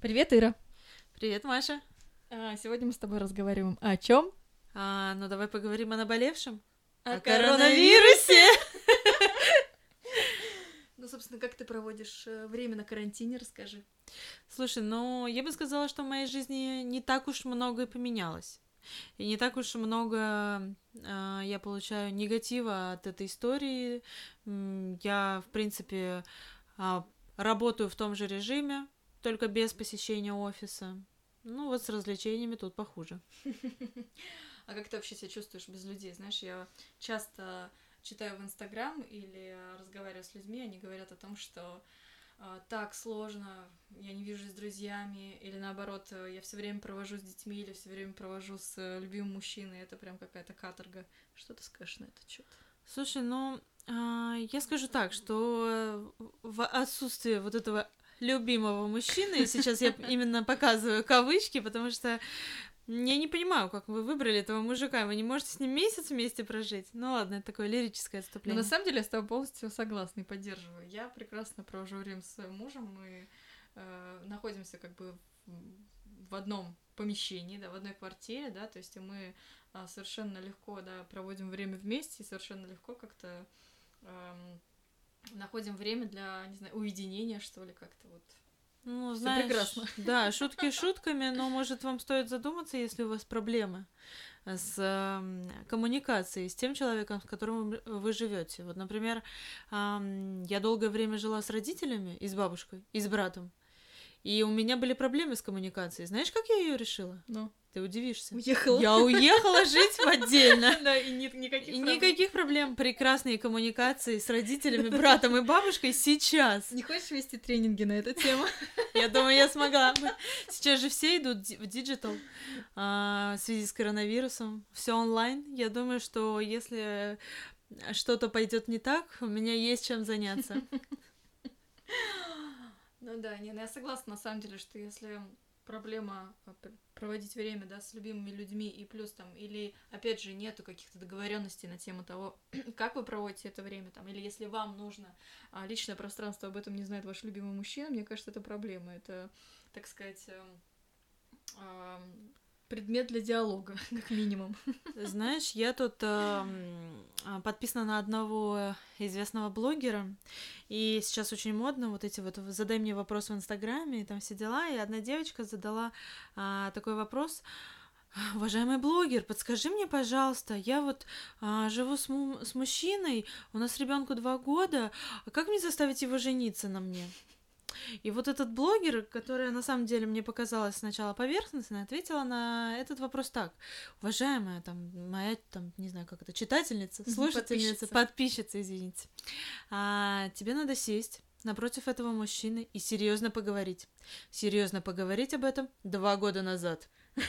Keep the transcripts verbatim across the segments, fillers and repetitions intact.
Привет, Ира. Привет, Маша. А, сегодня мы с тобой разговариваем о чем? А, ну давай поговорим о наболевшем. О, О коронавирусе. Ну, собственно, как ты проводишь э, время на карантине, расскажи. Слушай, ну я бы сказала, что в моей жизни не так уж много и поменялось. И не так уж много а, я получаю негатива от этой истории. М, Я, в принципе, а, работаю в том же режиме, только без посещения офиса. Ну вот с развлечениями тут похуже. А как ты вообще себя чувствуешь без людей? Знаешь, я часто читаю в Инстаграм или разговариваю с людьми, они говорят о том, что э, так сложно, я не вижусь с друзьями, или наоборот, э, я все время провожу с детьми, или все время провожу с э, любимым мужчиной, это прям какая-то каторга. Что ты скажешь на этот счет? Слушай, ну, а, я скажу так, что в отсутствие вот этого любимого мужчины, и сейчас я именно показываю кавычки, потому что я не понимаю, как вы выбрали этого мужика, вы не можете с ним месяц вместе прожить? Ну ладно, это такое лирическое Но отступление. на самом деле я с тобой полностью согласна и поддерживаю. Я прекрасно провожу время с своим мужем, мы э, находимся как бы в, в одном помещении, да, в одной квартире, да, то есть мы а, совершенно легко, да, проводим время вместе и совершенно легко как-то эм, находим время для, не знаю, уединения, что ли, как-то вот. Ну, Всё знаешь, прекрасно. да, шутки шутками, но, может, вам стоит задуматься, если у вас проблемы с эм, коммуникацией с тем человеком, с которым вы вы живете. Вот, например, ам, я долгое время жила с родителями и с бабушкой, и с братом, и у меня были проблемы с коммуникацией. Знаешь, как я ее решила? Ну, Ты удивишься. уехала. Я уехала жить в отдельно. Да, и ни- никаких И проблем. никаких проблем. Прекрасные коммуникации с родителями, братом и бабушкой сейчас. Не хочешь вести тренинги на эту тему? Я думаю, я смогла бы. Сейчас же все идут ди- в диджитал а, в связи с коронавирусом. Все онлайн. Я думаю, что если что-то пойдет не так, у меня есть чем заняться. Ну да, не, ну я согласна, на самом деле, что если проблема а, пр- проводить время, да, с любимыми людьми, и плюс там, или, опять же, нету каких-то договоренностей на тему того, как вы проводите это время, там, или если вам нужно а, личное пространство, об этом не знает ваш любимый мужчина, мне кажется, это проблема, это, так сказать, эм, ам, предмет для диалога, как минимум. Знаешь, я тут эм, а, подписана на одного известного блогера, и сейчас очень модно вот эти вот «задай мне вопрос в Инстаграме» и там все дела, и одна девочка задала а, такой вопрос: уважаемый блогер, подскажи мне, пожалуйста, я вот а, живу с, му- с мужчиной, у нас ребенку два года, а как мне заставить его жениться на мне? И вот этот блогер, которая на самом деле мне показалась сначала поверхностной, ответила на этот вопрос так: уважаемая, там, моя, там, не знаю, как это, читательница, Мгм, слушательница, подписчица. подписчица, извините, а, тебе надо сесть напротив этого мужчины и серьезно поговорить. Серьезно поговорить об этом два года назад.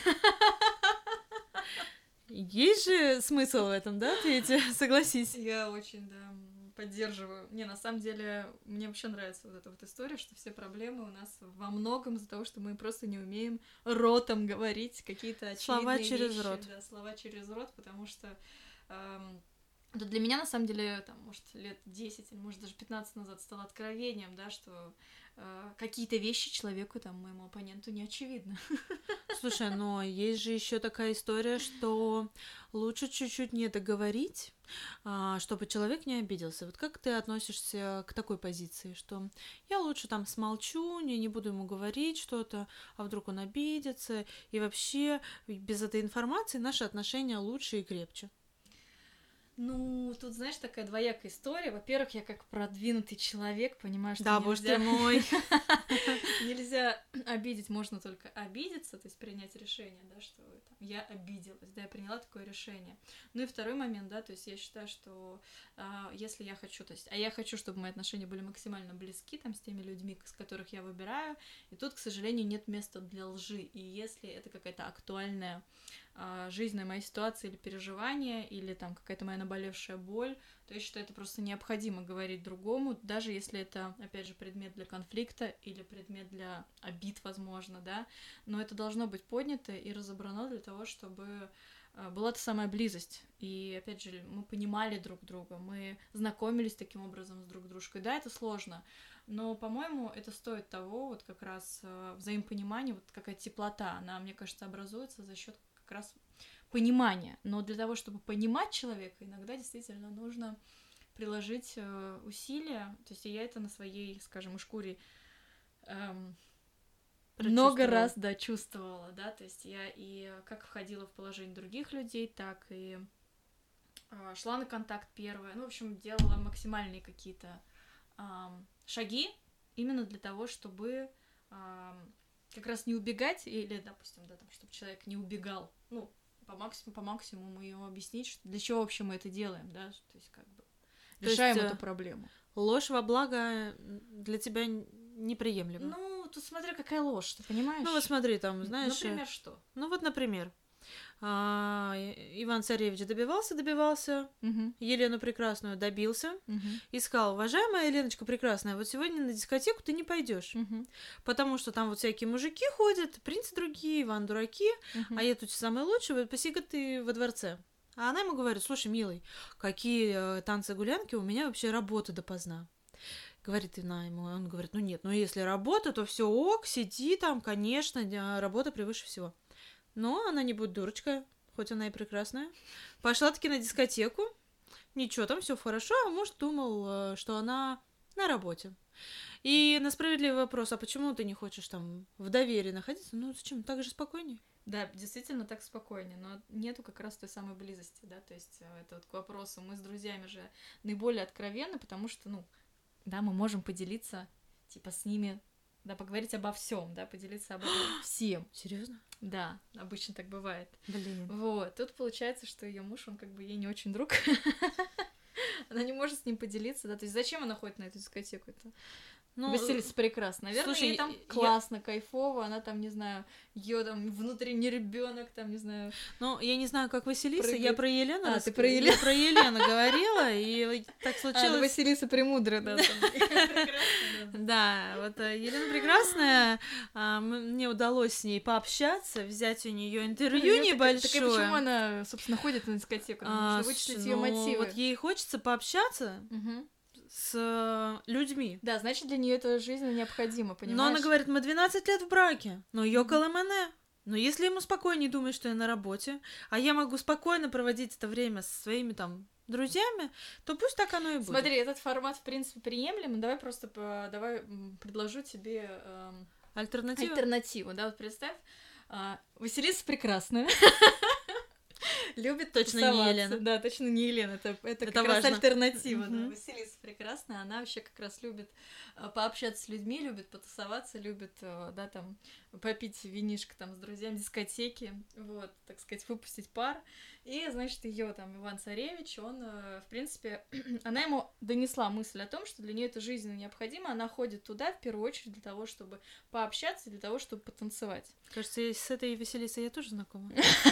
Есть же смысл в этом, да, Петя? Согласись. Я очень, да, м, поддерживаю. Не, на самом деле, мне вообще нравится вот эта вот история, что все проблемы у нас во многом из-за того, что мы просто не умеем ротом говорить какие-то очевидные Слова через вещи, рот. да, слова через рот, потому что эм, да, для меня, на самом деле, там, может, лет десять или, может, даже пятнадцать назад стало откровением, да, что э, какие-то вещи человеку, там, моему оппоненту не очевидны. Слушай, но есть же еще такая история, что лучше чуть-чуть не договорить, а, чтобы человек не обиделся. Вот как ты относишься к такой позиции, что я лучше там смолчу, не, не буду ему говорить что-то, а вдруг он обидится, и вообще без этой информации наши отношения лучше и крепче. Ну, тут, знаешь, такая двоякая история. Во-первых, я как продвинутый человек понимаю, что Да, боже нельзя... ты мой. Нельзя обидеть, можно только обидеться, то есть принять решение, да, что там, я обиделась, да, я приняла такое решение. Ну и второй момент, да, то есть я считаю, что а, если я хочу, то есть, а я хочу, чтобы мои отношения были максимально близки там с теми людьми, с которых я выбираю, и тут, к сожалению, нет места для лжи, и если это какая-то актуальная а, жизненная моя ситуация или переживание, или там какая-то моя наболевшая боль, то я считаю, это просто необходимо говорить другому, даже если это, опять же, предмет для конфликта или предмет для обид, возможно, да, но это должно быть поднято и разобрано для того, чтобы была та самая близость. И, опять же, мы понимали друг друга, мы знакомились таким образом с друг дружкой. Да, это сложно, но, по-моему, это стоит того, вот как раз взаимопонимания, вот какая-то теплота, она, мне кажется, образуется за счет как раз понимания. Но для того, чтобы понимать человека, иногда действительно нужно приложить усилия. То есть я это на своей, скажем, шкуре эм, много раз, да, чувствовала, да, то есть я и как входила в положение других людей, так и э, шла на контакт первая, ну, в общем, делала максимальные какие-то э, шаги именно для того, чтобы э, как раз не убегать, или, допустим, да, там, чтобы человек не убегал, ну, по максимуму, по максимуму ему объяснить, что для чего вообще мы это делаем, да, то есть как бы решаем есть, эту проблему. Ложь во благо для тебя неприемлема. Ну, тут смотря какая ложь, ты понимаешь? Ну, вот смотри, там, знаешь... Например, что? Ну, вот, например, Иван-Царевич добивался, добивался, угу. Елену Прекрасную добился, угу. и сказал: уважаемая Еленочка Прекрасная, вот сегодня на дискотеку ты не пойдешь, угу. потому что там вот всякие мужики ходят, принцы другие, Иван дураки, угу. а я тут самый лучший, вот посига ты во дворце. А она ему говорит: слушай, милый, какие танцы-гулянки, у меня вообще работа допоздна. Говорит она ему, он говорит: ну нет, ну если работа, то все ок, сиди там, конечно, работа превыше всего. Но она не будет дурочка, хоть она и прекрасная. Пошла таки на дискотеку, ничего, там все хорошо, а муж думал, что она на работе. И на справедливый вопрос: а почему ты не хочешь там в доверии находиться? Ну зачем, так же спокойнее. Да, действительно так спокойнее, но нету как раз той самой близости, да, то есть это вот к вопросу, мы с друзьями же наиболее откровенны, потому что, ну, да, мы можем поделиться, типа, с ними, да, поговорить обо всем, да, поделиться обо всем. Серьезно? Да, обычно так бывает. Блин. Вот, тут получается, что ее муж, он как бы ей не очень друг. Она не может с ним поделиться, да, то есть зачем она ходит на эту дискотеку-то? Ну, Василиса прекрасно. Наверное, слушай, ей там я... классно, кайфово, она там, не знаю, ее там внутренний ребенок, там, не знаю. Ну, я не знаю, как Василиса, прыгает. Я про Елену. А, рас... ты про Елену. Я про Елену говорила, и так случилось. А, Василиса Премудрая, да. Да, вот Елена Прекрасная, мне удалось с ней пообщаться, взять у нее интервью небольшое. Так и почему она, собственно, ходит на дискотеку? Нужно вычислить ее мотивы. Вот ей хочется пообщаться с людьми. Да, значит, для нее это жизненно необходимо, понимаешь? Но она говорит: мы двенадцать лет в браке, но ёкало мене. Но если ему спокойнее думать, что я на работе, а я могу спокойно проводить это время со своими там друзьями, то пусть так оно и будет. Смотри, этот формат, в принципе, приемлем. Давай просто по... давай предложу тебе эм... альтернативу. Альтернативу, да, вот представь, э, Василиса прекрасная. Любит точно не Елена. Да, точно не Елена. Это, это, это как важно. Раз альтернатива. Uh-huh. Да. Василиса прекрасная. Она вообще как раз любит пообщаться с людьми, любит потусоваться, любит, да, там, попить винишко там с друзьями, дискотеки, вот, так сказать, выпустить пар. И, значит, ее там Иван-Царевич, он, в принципе, она ему донесла мысль о том, что для нее это жизненно необходимо. Она ходит туда в первую очередь для того, чтобы пообщаться, для того, чтобы потанцевать. Кажется, с этой Василисой я тоже знакома.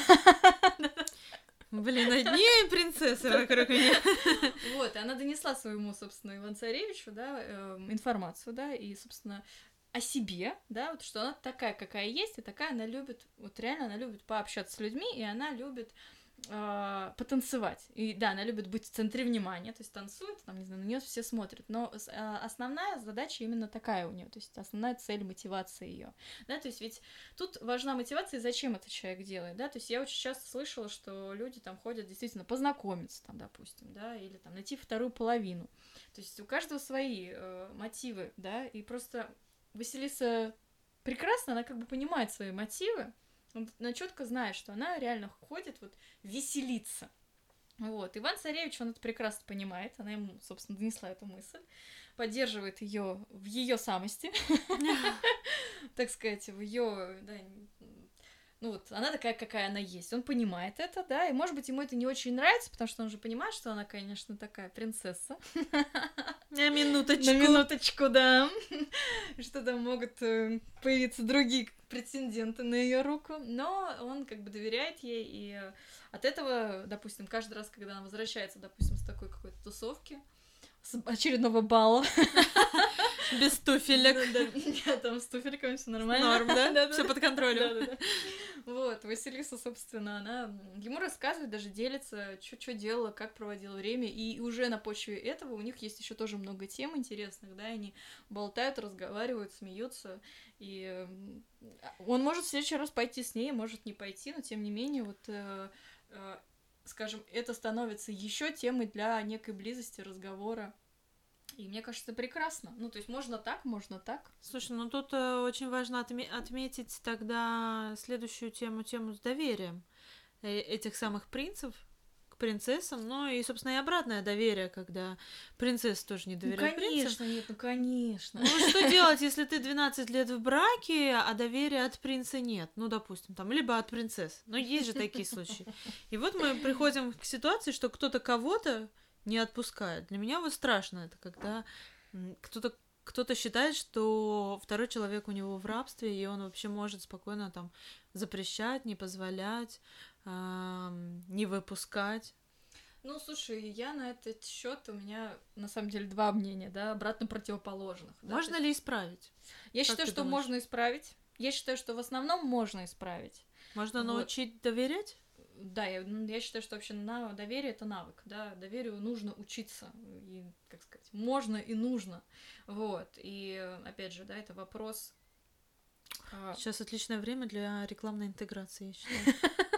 Блин, одни принцессы вокруг меня. Вот, и она донесла своему, собственно, Иван-Царевичу, да, э, информацию, да, и, собственно, о себе, да, вот что она такая, какая есть, и такая она любит, вот реально она любит пообщаться с людьми, и она любит э, потанцевать. И да, она любит быть в центре внимания, то есть танцует, там, не знаю, на нее все смотрят, но э, основная задача именно такая у нее, то есть основная цель мотивации ее, да, то есть ведь тут важна мотивация, зачем этот человек делает, да, то есть я очень часто слышала, что люди там ходят действительно познакомиться, там, допустим, да, или там найти вторую половину, то есть у каждого свои э, мотивы, да, и просто Василиса прекрасно, она как бы понимает свои мотивы, она четко знает, что она реально ходит вот веселиться. Вот. Иван-Царевич, он это прекрасно понимает, она ему, собственно, донесла эту мысль, поддерживает ее в ее самости, так сказать, в ее, да, ну вот, она такая, какая она есть, он понимает это, да, и, может быть, ему это не очень нравится, потому что он же понимает, что она, конечно, такая принцесса. На минуточку. На минуточку, да. Что там могут появиться другие претенденты на ее руку, но он как бы доверяет ей, и от этого, допустим, каждый раз, когда она возвращается, допустим, с такой какой-то тусовки, с очередного балла. Без туфелек. Нет, там с туфельками все нормально. Норм, да? Все под контролем. Да-да-да. Вот, Василиса, собственно, она ему рассказывает, даже делится, что делала, как проводила время, и уже на почве этого у них есть еще тоже много тем интересных, да, они болтают, разговаривают, смеются, и он может в следующий раз пойти с ней, может не пойти, но тем не менее, вот, э, э, скажем, это становится еще темой для некой близости, разговора. И мне кажется, это прекрасно. Ну, то есть можно так, можно так. Слушай, ну тут э, очень важно отме- отметить тогда следующую тему, тему с доверием э- этих самых принцев к принцессам, ну и, собственно, и обратное доверие, когда принцессы тоже не доверяют ну, принцам. конечно, нет, ну, конечно. Ну, что делать, если ты двенадцать лет в браке, а доверия от принца нет? Ну, допустим, там, либо от принцесс. Ну, есть же такие случаи. И вот мы приходим к ситуации, что кто-то кого-то не отпускает. Для меня вот страшно это, когда кто-то кто-то считает, что второй человек у него в рабстве, и он вообще может спокойно там запрещать, не позволять, эм, не выпускать. Ну, слушай, я на этот счет у меня на самом деле два мнения, да, обратно противоположных. Да? Можно есть... ли исправить? Я как считаю, что думаешь? можно исправить. Я считаю, что в основном можно исправить. Можно вот. научить доверять? Да, я, я считаю, что вообще на доверие это навык, да, доверию нужно учиться, и, как сказать, можно и нужно, вот, и, опять же, да, это вопрос... Сейчас отличное время для рекламной интеграции, я считаю.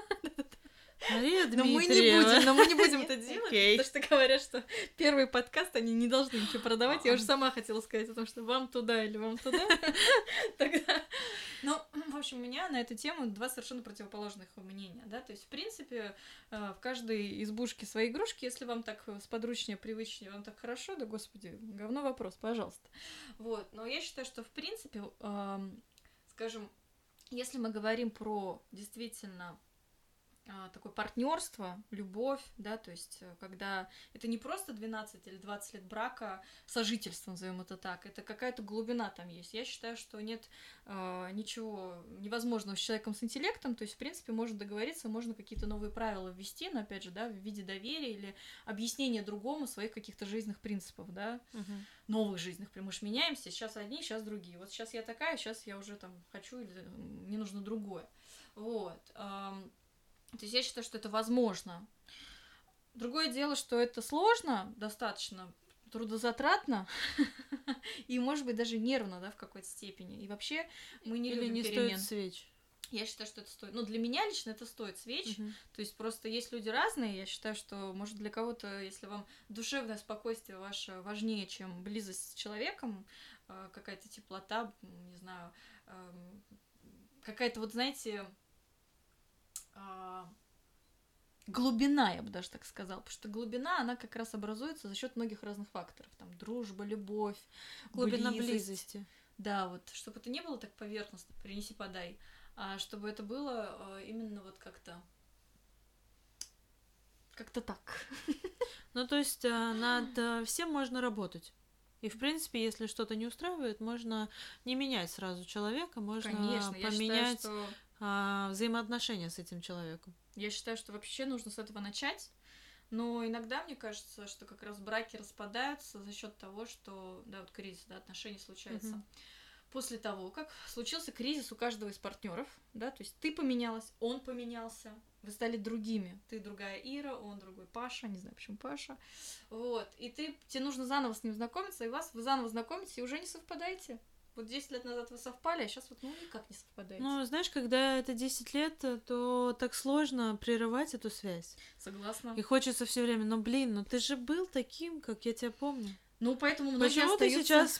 Мария но мы не будем, но мы не будем это делать, потому что говорят, что первый подкаст они не должны ничего продавать. Я уже сама хотела сказать о том, что вам туда или вам туда. Тогда... Ну, в общем, у меня на эту тему два совершенно противоположных мнения, да, то есть, в принципе, в каждой избушке свои игрушки, если вам так сподручнее, привычнее, вам так хорошо, да, господи, говно вопрос, пожалуйста. Вот, но я считаю, что, в принципе, скажем, если мы говорим про действительно такое партнерство, любовь, да, то есть когда это не просто двенадцать или двадцать лет брака, сожительства, назовем это так, это какая-то глубина там есть. Я считаю, что нет э, ничего невозможного с человеком с интеллектом, то есть, в принципе, можно договориться, можно какие-то новые правила ввести, но, опять же, да, в виде доверия или объяснения другому своих каких-то жизненных принципов, да, угу. новых жизненных, мы же меняемся, сейчас одни, сейчас другие. Вот сейчас я такая, сейчас я уже там хочу, или мне нужно другое. Вот. То есть я считаю, что это возможно. Другое дело, что это сложно, достаточно трудозатратно и, может быть, даже нервно, да, в какой-то степени. И вообще мы не Или любим не перемен. стоит свеч. Я считаю, что это стоит. Ну, для меня лично это стоит свеч. Угу. То есть просто есть люди разные. Я считаю, что, может, для кого-то, если вам душевное спокойствие ваше важнее, чем близость с человеком, какая-то теплота, не знаю, какая-то, вот, знаете... глубина, я бы даже так сказала, потому что глубина, она как раз образуется за счет многих разных факторов, там, дружба, любовь, глубина близость. близости. Да, вот, чтобы это не было так поверхностно, принеси, подай, а чтобы это было именно вот как-то, как-то так. Ну, то есть над всем можно работать. И, в принципе, если что-то не устраивает, можно не менять сразу человека, можно Конечно, поменять я считаю, что... взаимоотношения с этим человеком. Я считаю, что вообще нужно с этого начать, но иногда мне кажется, что как раз браки распадаются за счет того, что, да, вот кризис, да, отношения случаются. Uh-huh. После того, как случился кризис у каждого из партнеров, да, то есть ты поменялась, он поменялся, вы стали другими, ты другая Ира, он другой Паша, не знаю, почему Паша, вот, и ты, тебе нужно заново с ним знакомиться, и вас, вы заново знакомитесь, и уже не совпадаете. Вот десять лет назад вы совпали, а сейчас вот ну никак не совпадаете. Ну, знаешь, когда это десять лет, то так сложно прерывать эту связь. Согласна. И хочется все время, ну блин, ну ты же был таким, как я тебя помню. Ну, поэтому многие Почему остаются... ты сейчас...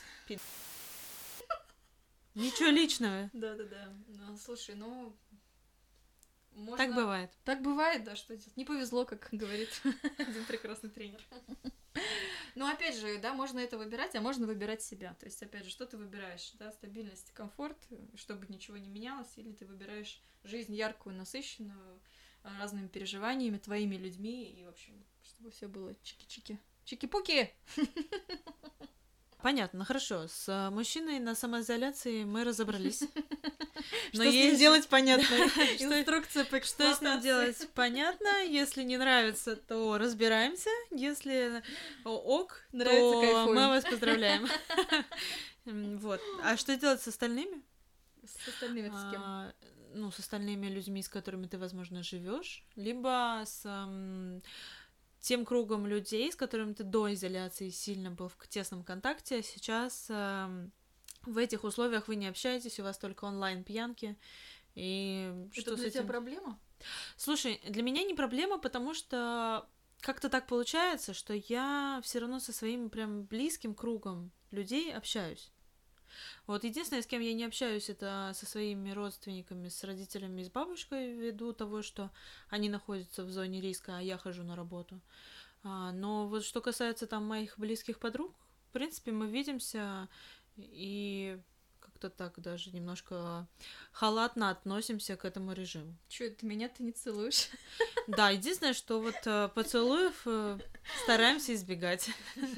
Ничего личного. Да-да-да. Ну, слушай, ну... Можно... Так бывает. Так бывает, да, что делать. Не повезло, как говорит один прекрасный тренер. Но опять же, да, можно это выбирать, а можно выбирать себя. То есть, опять же, что ты выбираешь, да, стабильность, комфорт, чтобы ничего не менялось, или ты выбираешь жизнь яркую, насыщенную, разными переживаниями, твоими людьми, и, в общем, чтобы все было чики-чики. Чики-пуки! Понятно, хорошо. С мужчиной на самоизоляции мы разобрались. Что с ним делать, понятно. Инструкция по эксплуатации. Что с ним делать, понятно. Если не нравится, то разбираемся. Если ок, то мы вас поздравляем. Вот. А что делать с остальными? С остальными это с кем? А, ну, с остальными людьми, с которыми ты, возможно, живешь, либо с м, тем кругом людей, с которыми ты до изоляции сильно был в тесном контакте, а сейчас м, в этих условиях вы не общаетесь, у вас только онлайн-пьянки. И Это что для с тебя этим? проблема? Слушай, для меня не проблема, потому что как-то так получается, что я все равно со своим прям близким кругом людей общаюсь. Вот единственное, с кем я не общаюсь, это со своими родственниками, с родителями и с бабушкой, ввиду того, что они находятся в зоне риска, а я хожу на работу. А, но вот что касается там моих близких подруг, в принципе, мы видимся и как-то так даже немножко халатно относимся к этому режиму. Чё, это меня ты не целуешь? Да, единственное, что вот э, поцелуев э, стараемся избегать.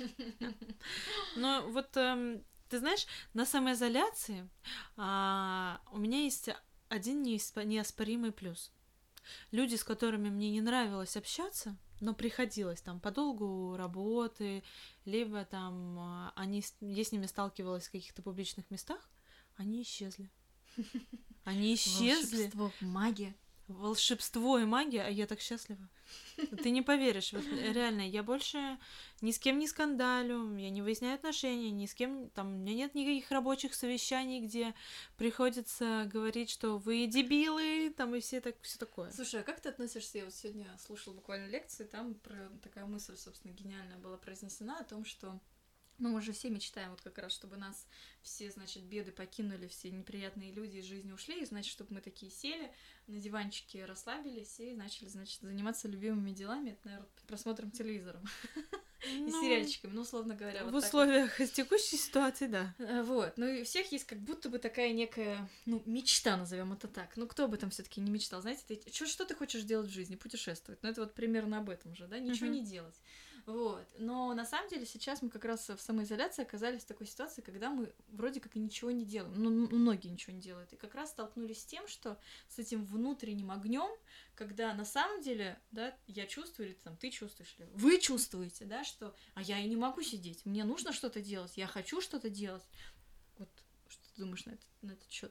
Но вот эм, ты знаешь, на самоизоляции а, у меня есть один неисп- неоспоримый плюс. Люди, с которыми мне не нравилось общаться, но приходилось там по долгу работы, либо там а, они, с- я с ними сталкивалась в каких-то публичных местах, они исчезли. Они исчезли. Волшебство, магия. Волшебство и магия, а я так счастлива. Ты не поверишь, вот реально, я больше ни с кем не скандалю, я не выясняю отношения, ни с кем, там, у меня нет никаких рабочих совещаний, где приходится говорить, что вы дебилы, там, и все так, все такое. Слушай, а как ты относишься? Я вот сегодня слушала буквально лекции, там про такая мысль, собственно, гениальная была произнесена о том, что ну, мы же все мечтаем вот как раз, чтобы нас все, значит, беды покинули, все неприятные люди из жизни ушли, и, значит, чтобы мы такие сели, на диванчике расслабились и начали, значит, заниматься любимыми делами, это, наверное, просмотром телевизора и Ну, сериальчиками, ну, условно говоря. в вот так вот. условиях текущей ситуации, да. Э, Вот, ну и у всех есть как будто бы такая некая, ну, мечта, назовем это так. Ну, кто об этом все-таки не мечтал? Знаете, ты, что, что ты хочешь делать в жизни? Путешествовать. Ну, это вот примерно об этом же, да? Ничего Мгм. не делать. Вот. Но на самом деле сейчас мы как раз в самоизоляции оказались в такой ситуации, когда мы вроде как и ничего не делаем. Ну, м- многие ничего не делают. И как раз столкнулись с тем, что с этим внутренним огнем, когда на самом деле, да, я чувствую, или там ты чувствуешь, или вы чувствуете, да, что а я и не могу сидеть, мне нужно что-то делать, я хочу что-то делать. Вот что ты думаешь на, это, на этот счет?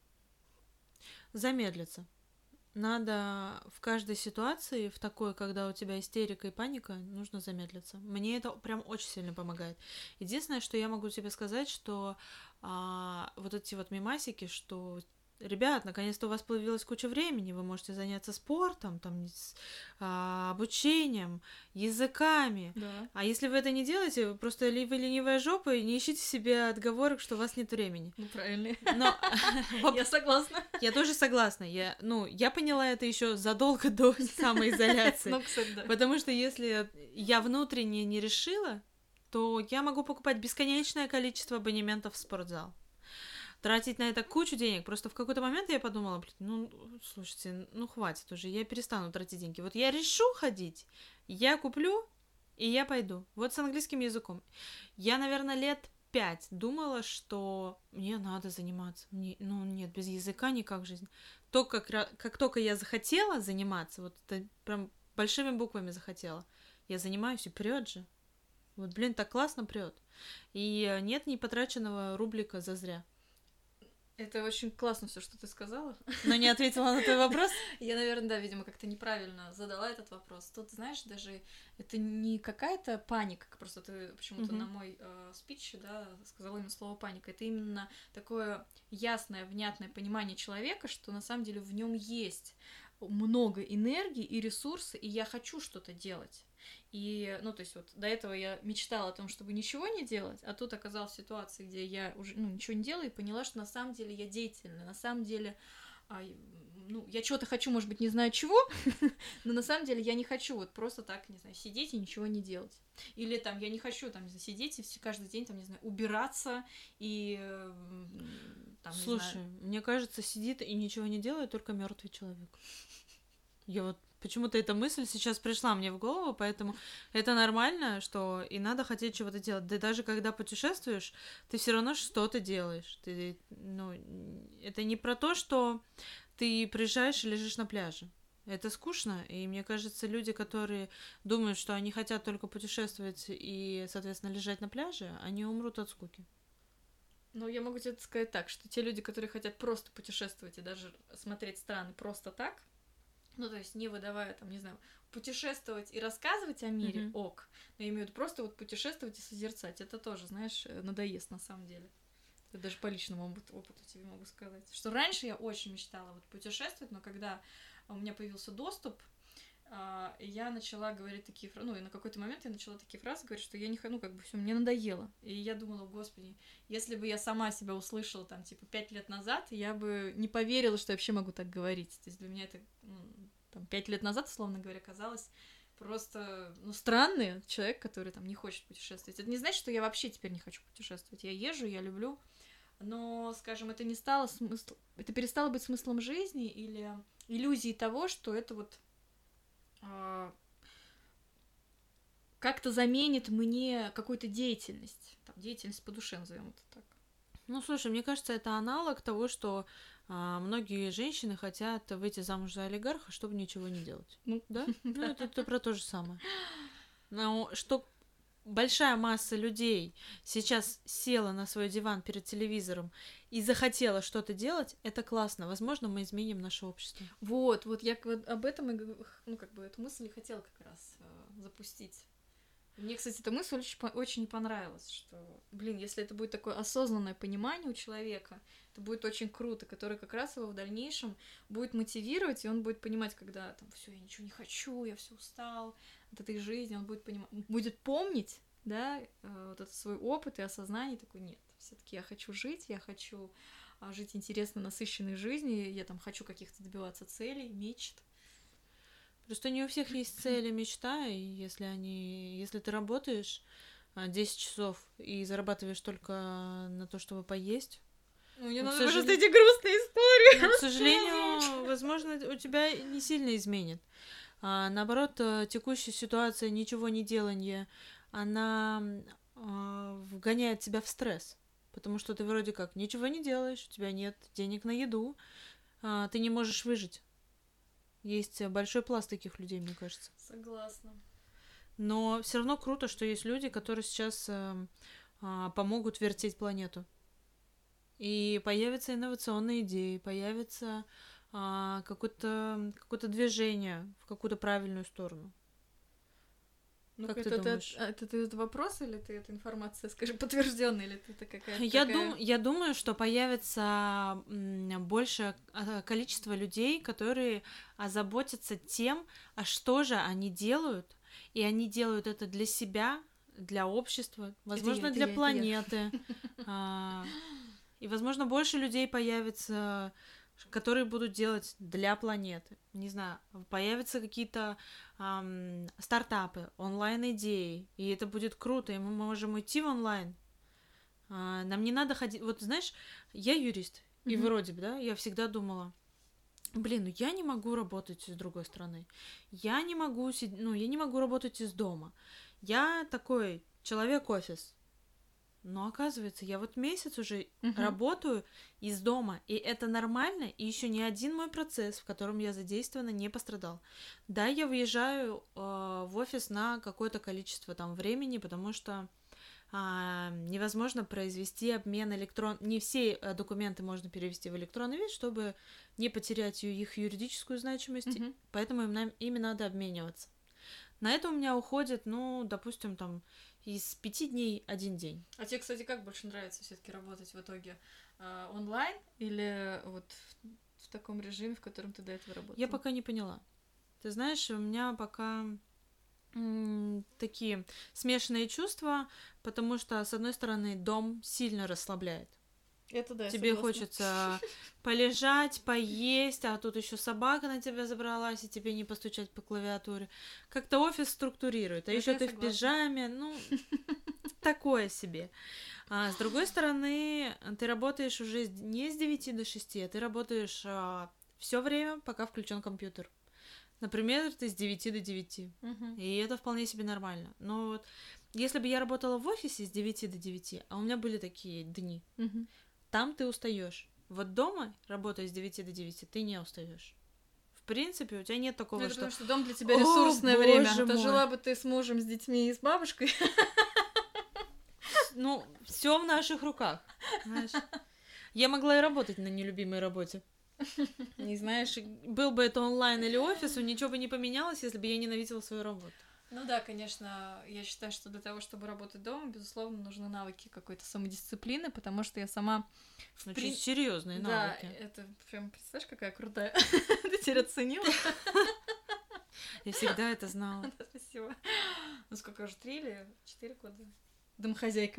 Замедлиться. Надо в каждой ситуации, в такой, когда у тебя истерика и паника, нужно замедлиться. Мне это прям очень сильно помогает. Единственное, что я могу тебе сказать, что а, вот эти вот мемасики, что ребят, наконец-то у вас появилась куча времени, вы можете заняться спортом, там, с, а, обучением, языками. Да. А если вы это не делаете, вы просто ли вы ленивая жопа и не ищите себе отговорок, что у вас нет времени. Ну, правильно. Но Я согласна. я тоже согласна. Я, ну, я поняла это еще задолго до самоизоляции. Ну, кстати, да. Потому что если я внутренне не решила, то я могу покупать бесконечное количество абонементов в спортзал. Тратить на это кучу денег. Просто в какой-то момент я подумала, блин, ну, слушайте, ну, хватит уже, я перестану тратить деньги. Вот я решу ходить, я куплю, и я пойду. Вот с английским языком. Я, наверное, лет пять думала, что мне надо заниматься. Мне, ну, нет, без языка никак жизнь. То, как, ра- как только я захотела заниматься, вот это прям большими буквами захотела, я занимаюсь, и прет же. Вот, блин, так классно прет. И нет не потраченного рублика зазря. Это очень классно все, что ты сказала. Но не ответила на твой вопрос? Я, наверное, да, видимо, как-то неправильно задала этот вопрос. Тут, знаешь, даже это не какая-то паника, просто ты почему-то Мгм. на мой э, спич, да, сказала именно слово паника. Это именно такое ясное, внятное понимание человека, что на самом деле в нем есть много энергии и ресурсы, и я хочу что-то делать. И, ну, то есть вот до этого я мечтала о том, чтобы ничего не делать, а тут оказалась в ситуации, где я уже, ну, ничего не делаю, и поняла, что на самом деле я деятельная, на самом деле, а, ну, я чего-то хочу, может быть, не знаю чего, но на самом деле я не хочу вот просто так, не знаю, сидеть и ничего не делать. Или там я не хочу там, не знаю, сидеть и все, каждый день, там, не знаю, убираться и там, не Слушай, знаю... мне кажется, сидит и ничего не делает только мертвый человек. Я вот почему-то эта мысль сейчас пришла мне в голову, поэтому это нормально, что и надо хотеть чего-то делать. Да даже когда путешествуешь, ты все равно что-то делаешь. Ты, ну, это не про то, что ты приезжаешь и лежишь на пляже. Это скучно, и мне кажется, люди, которые думают, что они хотят только путешествовать и, соответственно, лежать на пляже, они умрут от скуки. Ну, я могу тебе сказать так, что те люди, которые хотят просто путешествовать и даже смотреть страны просто так, ну, то есть не выдавая, там, не знаю, путешествовать и рассказывать о мире, Мгм. ок, но я имею в виду просто вот путешествовать и созерцать, это тоже, знаешь, э, надоест на самом деле. Я даже по личному опыт- опыту тебе могу сказать. Что раньше я очень мечтала вот путешествовать, но когда у меня появился доступ, а, я начала говорить такие фразы, ну, и на какой-то момент я начала такие фразы говорить, что я не хочу, ну, как бы все, мне надоело. И я думала, господи, если бы я сама себя услышала, там, типа, пять лет назад, я бы не поверила, что я вообще могу так говорить. То есть для меня это, ну, там, пять лет назад, условно говоря, казалось просто, ну, странный человек, который, там, не хочет путешествовать. Это не значит, что я вообще теперь не хочу путешествовать. Я езжу, я люблю, но, скажем, это не стало смысл... Это перестало быть смыслом жизни или иллюзией того, что это вот а, как-то заменит мне какую-то деятельность. Там, деятельность по душе, назовем это так. Ну, слушай, мне кажется, это аналог того, что а, многие женщины хотят выйти замуж за олигарха, чтобы ничего не делать. Ну, Да? Ну, это, это про то же самое. Но что большая масса людей сейчас села на свой диван перед телевизором и захотела что-то делать, это классно. Возможно, мы изменим наше общество. Вот, вот я вот об этом и, г- ну, как бы эту мысль и хотела как раз э, запустить. Мне, кстати, эта мысль очень, по- очень не понравилась, что, блин, если это будет такое осознанное понимание у человека, это будет очень круто, которое как раз его в дальнейшем будет мотивировать, и он будет понимать, когда там все, я ничего не хочу, я все устал от этой жизни, он будет понимать, будет помнить, да, э, вот этот свой опыт и осознание, такой, нет, все-таки я хочу жить, я хочу а, жить интересно, насыщенной жизнью, я там хочу каких-то добиваться целей, мечт. Просто не у всех есть цели, мечта, и если они, если ты работаешь а, десять часов и зарабатываешь только на то, чтобы поесть, Ну, мне Ну, к надо сожалению- просто эти грустные истории. ну, к сожалению, возможно, у тебя не сильно изменит. А, наоборот, э, текущая ситуация, ничего не делание, она а, вгоняет тебя в стресс. Потому что ты вроде как ничего не делаешь, у тебя нет денег на еду, а, ты не можешь выжить. Есть э, большой пласт таких людей, мне кажется. Согласна. Но все равно круто, что есть люди, которые сейчас эм, а, помогут вертеть планету. И появятся инновационные идеи, появится а, какое-то, какое-то движение в какую-то правильную сторону. Ну, Как это, ты это, думаешь? это, ты это вопрос или ты это информация, скажи, подтвержденная, или ты это какая-то Я, такая... дум, я думаю, что появится м, больше а, количество людей, которые озаботятся тем, а что же они делают, и они делают это для себя, для общества, возможно, я, это для я, это я. планеты. А, И, возможно, больше людей появится, которые будут делать для планеты. Не знаю, появятся какие-то ам, стартапы, онлайн-идеи, и это будет круто, и мы можем идти в онлайн. А, нам не надо ходить... Вот, знаешь, я юрист, и Мгм. вроде бы, да, я всегда думала, блин, ну я не могу работать с другой стороны. Я не могу, сид- ну, я не могу работать из дома. Я такой человек-офис. Но оказывается, я вот месяц уже Мгм. работаю из дома, и это нормально, и еще ни один мой процесс, в котором я задействована, не пострадал. Да, я выезжаю э, в офис на какое-то количество там времени, потому что а, невозможно произвести обмен электрон... Не все э, документы можно перевести в электронный вид, чтобы не потерять ю- их юридическую значимость, Мгм. поэтому им, нам- ими надо обмениваться. На это у меня уходит, ну, допустим, там из пяти дней один день. А тебе, кстати, как больше нравится все-таки работать в итоге? А, онлайн или вот в, в таком режиме, в котором ты до этого работала? Я пока не поняла. Ты знаешь, у меня пока м, такие смешанные чувства, потому что, с одной стороны, дом сильно расслабляет. Это да, я Тебе согласна. хочется полежать, поесть, а тут еще собака на тебя забралась, и тебе не постучать по клавиатуре. Как-то офис структурирует, а Это еще я ты в согласна. пижаме, ну, такое себе. А с другой стороны, ты работаешь уже с- не с девяти до шести, а ты работаешь все время, пока включен компьютер. Например, ты с девяти до девяти. Мгм. И это вполне себе нормально. Но вот если бы я работала в офисе с девяти до девяти, а у меня были такие дни, Мгм. там ты устаешь. Вот дома, работая с девяти до девяти, ты не устаешь. В принципе, у тебя нет такого, Это что... потому что дом для тебя «О, ресурсное боже время. А то мой!» жила бы ты с мужем, с детьми и с бабушкой. ну, все в наших руках, знаешь. Я могла и работать на нелюбимой работе. Не знаешь, был бы это онлайн или офис, ничего бы не поменялось, если бы я ненавидела свою работу. Ну да, конечно, я считаю, что для того, чтобы работать дома, безусловно, нужны навыки какой-то самодисциплины, потому что я сама... Очень при... серьезные навыки. Да, это прям, представляешь, какая крутая. Ты теперь оценила? Я всегда это знала. Да, спасибо. Ну сколько уже, три или четыре года? Домохозяйка.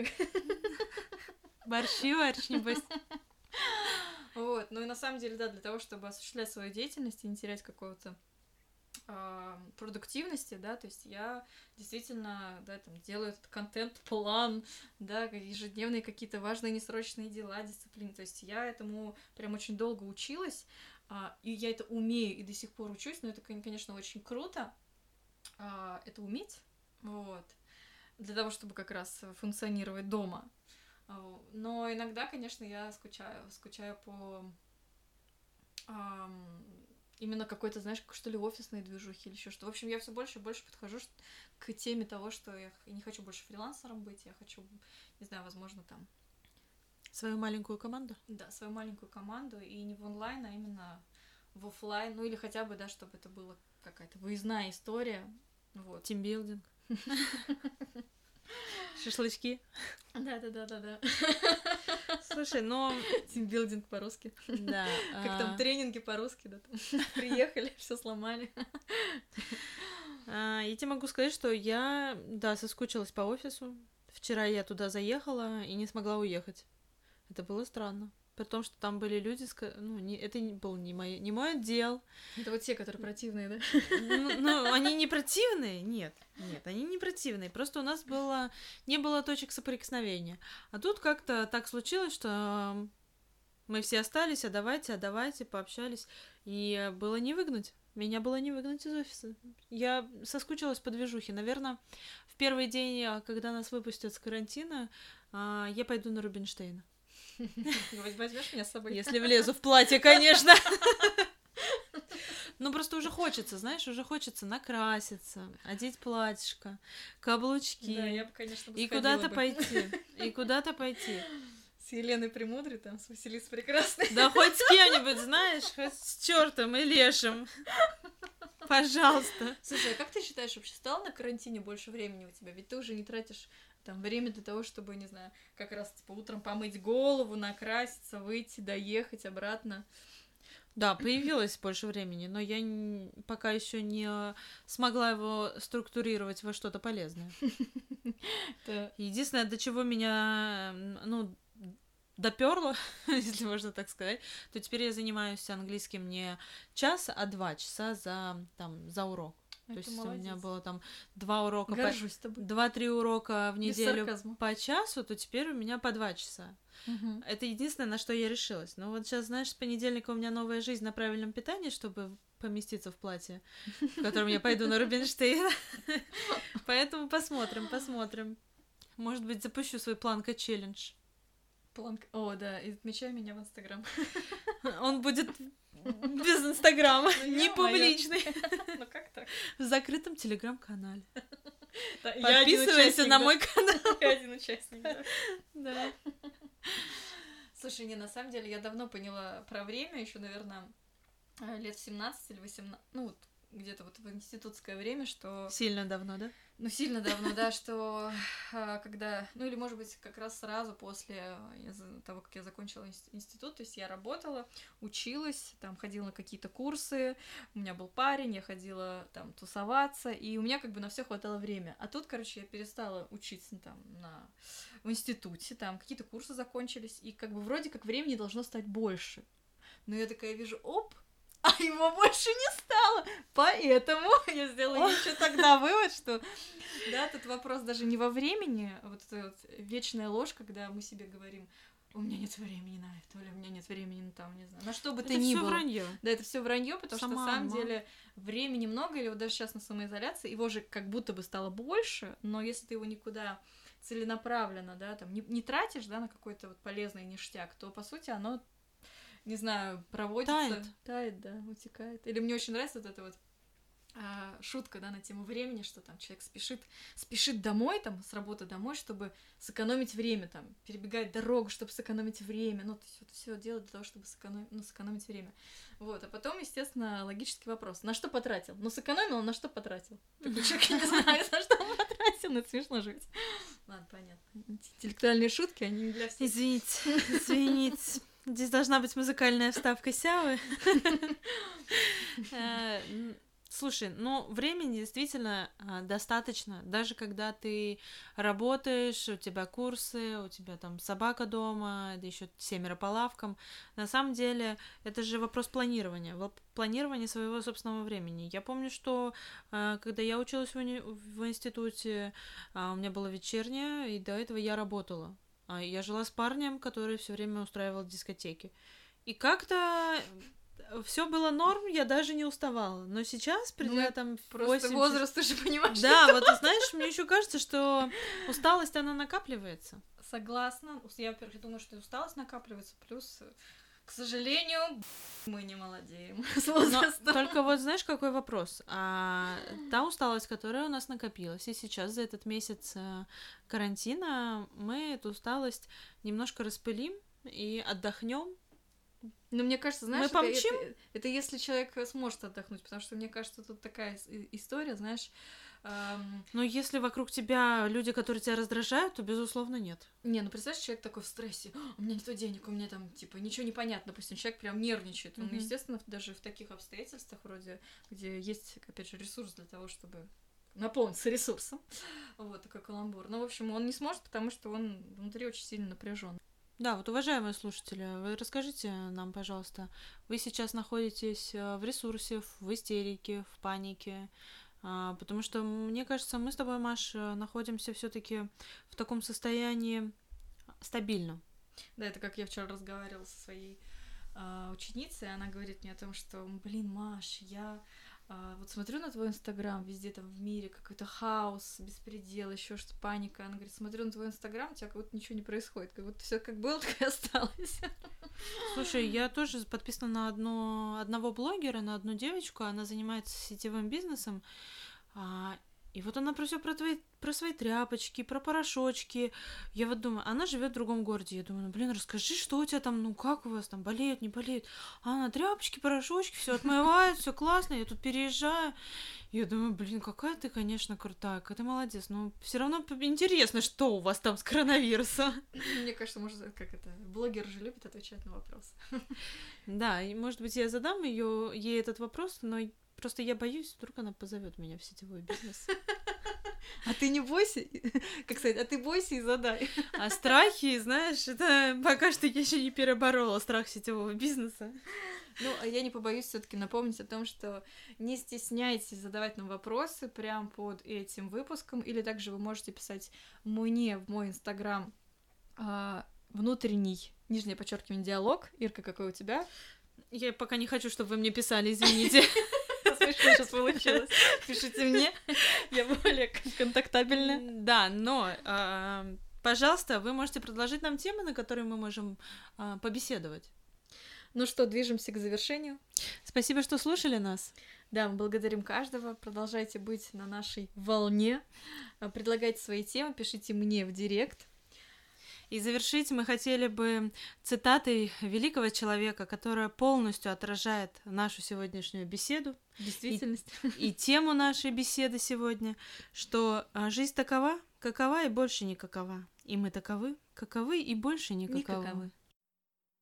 Борщи варишь, небось. Вот, ну и на самом деле, да, для того, чтобы осуществлять свою деятельность и не терять какого-то э, продуктивности, да, то есть я действительно, да, там, делаю этот контент-план, да, ежедневные какие-то важные несрочные дела, дисциплины, то есть я этому прям очень долго училась, э, и я это умею и до сих пор учусь, но это, конечно, очень круто, э, это уметь, вот, для того, чтобы как раз функционировать дома. Но иногда, конечно, я скучаю, скучаю по эм, именно какой-то, знаешь, что ли, офисной движухи или еще что. В общем, я все больше и больше подхожу к теме того, что я не хочу больше фрилансером быть, я хочу, не знаю, возможно, там... Свою маленькую команду? Да, свою маленькую команду, и не в онлайн, а именно в офлайн, ну или хотя бы, да, чтобы это была какая-то выездная история, вот. Тимбилдинг. Шашлычки. Да-да-да-да-да. Слушай, но... Тимбилдинг по-русски. Да. Как там тренинги по-русски, да, там приехали, все сломали. Я тебе могу сказать, что я, да, соскучилась по офису. Вчера я туда заехала и не смогла уехать. Это было странно. При том, что там были люди, ну, не, это не был не мой, не мой отдел. Это вот те, которые противные, да? Ну, ну, они не противные? Нет, нет, они не противные. Просто у нас было, не было точек соприкосновения. А тут как-то так случилось, что мы все остались, а давайте, а давайте, пообщались. И было не выгнать. Меня было не выгнать из офиса. Я соскучилась по движухе. Наверное, в первый день, когда нас выпустят с карантина, я пойду на Рубинштейна. Возьмешь меня с собой? Если влезу в платье, конечно. Ну, просто уже хочется, знаешь, уже хочется накраситься, одеть платьишко, каблучки. Да, я бы, конечно, бы и куда-то бы. пойти, и куда-то пойти. С Еленой Премудрой, там, с Василисой Прекрасной. Да хоть с кем-нибудь, знаешь, хоть с чертом и лешим. Пожалуйста. Слушай, а как ты считаешь, вообще стало на карантине больше времени у тебя? Ведь ты уже не тратишь там время для того, чтобы, не знаю, как раз типа утром помыть голову, накраситься, выйти, доехать обратно. Да, появилось больше времени, но я не, пока еще не смогла его структурировать во что-то полезное. Единственное, до чего меня, ну, доперло, если можно так сказать, то теперь я занимаюсь английским не час, а два часа за, там, за урок. То Это есть молодец. У меня было там два урока, Горжусь по... тобой. два-три урока в неделю по часу, то теперь у меня по два часа. Угу. Это единственное, на что я решилась. Но вот сейчас, знаешь, с понедельника у меня новая жизнь на правильном питании, чтобы поместиться в платье, в котором я пойду на Рубинштейн. Поэтому посмотрим, посмотрим. Может быть, запущу свой планка-челлендж. Планка... О, да, и отмечай меня в Инстаграм. Он будет без Инстаграма, не публичный. Ну как так? В закрытом Телеграм-канале. Да, подписывайся на да. мой канал. Я один участник, да. Да. Слушай, не, на самом деле, я давно поняла про время, еще, наверное, лет в семнадцать или восемнадцать, ну, вот где-то вот в институтское время, что... Сильно давно, да? Ну, сильно давно, да, что когда... Ну, или, может быть, как раз сразу после того, как я закончила институт, то есть я работала, училась, там, ходила на какие-то курсы, у меня был парень, я ходила там тусоваться, и у меня как бы на все хватало времени. А тут, короче, я перестала учиться там на... в институте, там какие-то курсы закончились, и как бы вроде как времени должно стать больше. Но я такая вижу, оп, а его больше не стало. Поэтому я сделала еще тогда вывод, что да, тут вопрос даже не во времени, а вот эта вот вечная ложь, когда мы себе говорим, у меня нет времени на это, или у меня нет времени на там, не знаю, на что бы это то ни всё было. Вранье. Да, это все вранье, потому Сама, что на самом мама. деле времени много, или вот даже сейчас на самоизоляции его же как будто бы стало больше, но если ты его никуда целенаправленно, да, там не, не тратишь, да, на какой-то вот полезный ништяк, то по сути оно, не знаю, проводится... Тает. Тает, да, утекает. Или мне очень нравится вот это вот а, шутка, да, на тему времени, что там человек спешит, спешит домой, там, с работы домой, чтобы сэкономить время, там, перебегать дорогу, чтобы сэкономить время, ну, то есть это все делать для того, чтобы сэкономить, ну, сэкономить время. Вот, а потом, естественно, логический вопрос. На что потратил? Ну, сэкономил, на что потратил? Такой человек не знает, на что он потратил, но это смешно же ведь. Ладно, понятно. Интеллектуальные шутки, они не для всех. Извините, извините. Здесь должна быть музыкальная вставка Сявы. Слушай, ну, времени действительно а, достаточно, даже когда ты работаешь, у тебя курсы, у тебя там собака дома, да еще семеро по лавкам. На самом деле, это же вопрос планирования, планирования своего собственного времени. Я помню, что а, когда я училась в, уни- в институте, а, у меня было вечернее, и до этого я работала. А, я жила с парнем, который все время устраивал дискотеки. И как-то... Все было норм, я даже не уставала. Но сейчас, придя ну, там в просто восемь... возраст, ты же понимаешь. Да, вот, знаешь, мне еще кажется, что усталость, она накапливается. Согласна. Я, во-первых, думаю, что усталость накапливается, плюс, к сожалению, мы не молодеем с возрастом. Но только вот знаешь, какой вопрос? А, та усталость, которая у нас накопилась, и сейчас за этот месяц карантина мы эту усталость немножко распылим и отдохнем. Ну, мне кажется, знаешь, мы это, помчим? это, это если человек сможет отдохнуть, потому что, мне кажется, тут такая история, знаешь... Эм... Но если вокруг тебя люди, которые тебя раздражают, то, безусловно, нет. Не, ну, представляешь, человек такой в стрессе, у меня нет денег, у меня там, типа, ничего не понятно, допустим, человек прям нервничает. Mm-hmm. Он, естественно, даже в таких обстоятельствах, вроде, где есть, опять же, ресурс для того, чтобы наполниться ресурсом, вот, такой каламбур. Ну, в общем, он не сможет, потому что он внутри очень сильно напряжен. Да, вот, уважаемые слушатели, вы расскажите нам, пожалуйста, вы сейчас находитесь в ресурсе, в истерике, в панике, потому что, мне кажется, мы с тобой, Маш, находимся все-таки в таком состоянии стабильно. Да, это как я вчера разговаривала со своей э, ученицей, она говорит мне о том, что, блин, Маш, я... вот смотрю на твой инстаграм, везде там в мире какой-то хаос, беспредел, еще что паника. Она говорит, смотрю на твой инстаграм, у тебя как будто ничего не происходит, как будто все как было, так и осталось. Слушай, я тоже подписана на одну, одного блогера, на одну девочку, она занимается сетевым бизнесом, а, и вот она про все про твои, про свои тряпочки, про порошочки. Я вот думаю, она живет в другом городе. Я думаю, ну блин, расскажи, что у тебя там, ну как у вас там, болеют, не болеют. А она тряпочки, порошочки, все отмывает, все классно, я тут переезжаю. Я думаю, блин, какая ты, конечно, крутая, какая ты молодец. Но все равно интересно, что у вас там с коронавирусом. Мне кажется, может, как это, блогер же любит отвечать на вопросы. Да, и может быть, я задам ее, ей этот вопрос, но просто я боюсь, вдруг она позовет меня в сетевой бизнес. А ты не бойся, как сказать, а ты бойся и задай. А страхи, знаешь, это пока что я еще не переборола страх сетевого бизнеса. Ну, а я не побоюсь все-таки напомнить о том, что не стесняйтесь задавать нам вопросы прямо под этим выпуском, или также вы можете писать мне в мой инстаграм а, внутренний, нижнее подчеркивание, диалог. Ирка, какой у тебя? Я пока не хочу, чтобы вы мне писали, извините. Смешно сейчас получилось. Пишите мне, я более контактабельная. Да, но, э, пожалуйста, вы можете предложить нам темы, на которые мы можем э, побеседовать. Ну что, движемся к завершению. Спасибо, что слушали нас. Да, мы благодарим каждого. Продолжайте быть на нашей волне. Предлагайте свои темы, пишите мне в директ. И завершить мы хотели бы цитатой великого человека, которая полностью отражает нашу сегодняшнюю беседу. Действительность. И, и тему нашей беседы сегодня, что жизнь такова, какова и больше никакова. И мы таковы, каковы и больше никаковы. Никаковы.